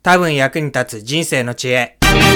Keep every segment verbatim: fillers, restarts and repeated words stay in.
多分役に立つ人生の知恵。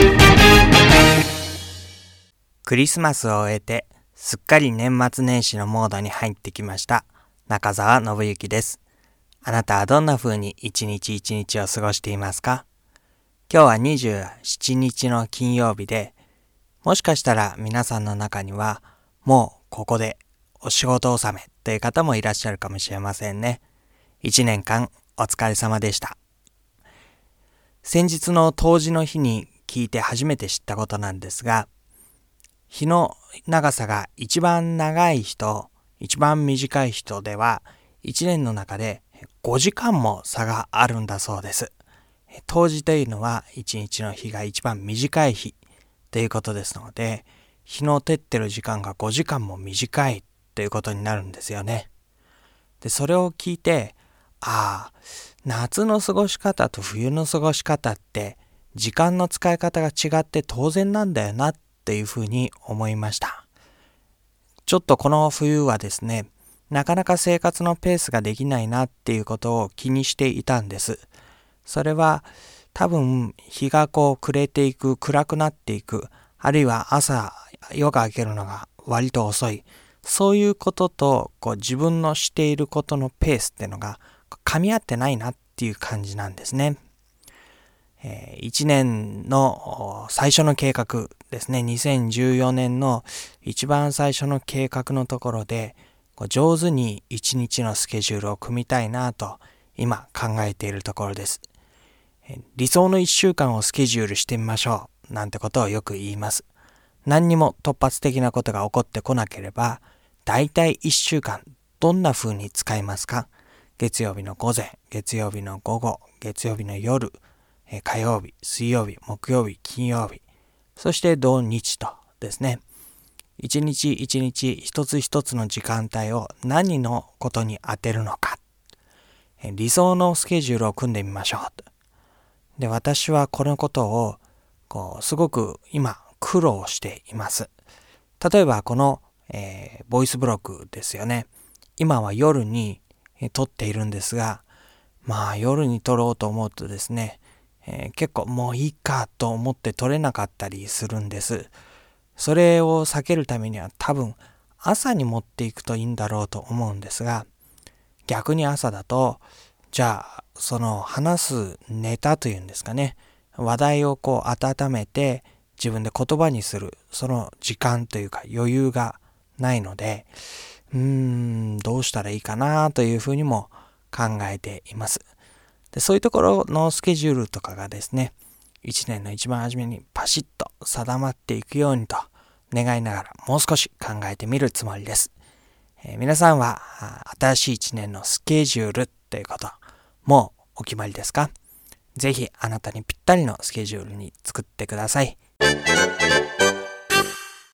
クリスマスを終えてすっかり年末年始のモードに入ってきました中澤信之です。あなたはどんな風に一日一日を過ごしていますか？今日はにじゅうしちにちの金曜日で、もしかしたら皆さんの中にはもうここでお仕事納めという方もいらっしゃるかもしれませんね。いちねんかんお疲れ様でした。先日の冬至の日に聞いて初めて知ったことなんですが、日の長さが一番長い人、一番短い人ではいちねんの中でごじかんも差があるんだそうです。冬至というのはいちにちの日が一番短い日ということですので、日の照ってる時間がごじかんも短いということになるんですよね。で、それを聞いて、ああ、夏の過ごし方と冬の過ごし方って時間の使い方が違って当然なんだよなっていうふうに思いました。ちょっとこの冬はですね、なかなか生活のペースができないなっていうことを気にしていたんです。それは多分日がこう暮れていく、暗くなっていく、あるいは朝夜が明けるのが割と遅い、そういうこととこう自分のしていることのペースっていうのが噛み合ってないなっていう感じなんですね。えー、いちねんの最初の計画ですね。にせんじゅうよねんの一番最初の計画のところでこう上手にいちにちのスケジュールを組みたいなと今考えているところです。えー、理想のいっしゅうかんをスケジュールしてみましょうなんてことをよく言います。何にも突発的なことが起こってこなければ、だいたいいっしゅうかんどんな風に使いますか？月曜日の午前、月曜日の午後、月曜日の夜、火曜日、水曜日、木曜日、金曜日、そして土日とですね、一日一日一つ一つの時間帯を何のことに当てるのか、理想のスケジュールを組んでみましょう。で、私はこのことをこうすごく今苦労しています。例えばこの、えー、ボイスブログですよね。今は夜に撮っているんですが、まあ夜に撮ろうと思うとですね、えー、結構もういいかと思って撮れなかったりするんです。それを避けるためには多分朝に持っていくといいんだろうと思うんですが、逆に朝だと、じゃあその話すネタというんですかね、話題をこう温めて自分で言葉にするその時間というか余裕がないので、うーんどうしたらいいかなというふうにも考えています。で、そういうところのスケジュールとかがですね、いちねんの一番初めにパシッと定まっていくようにと願いながらもう少し考えてみるつもりです。えー、皆さんは新しいいちねんのスケジュールということもうお決まりですか？ぜひあなたにぴったりのスケジュールに作ってください。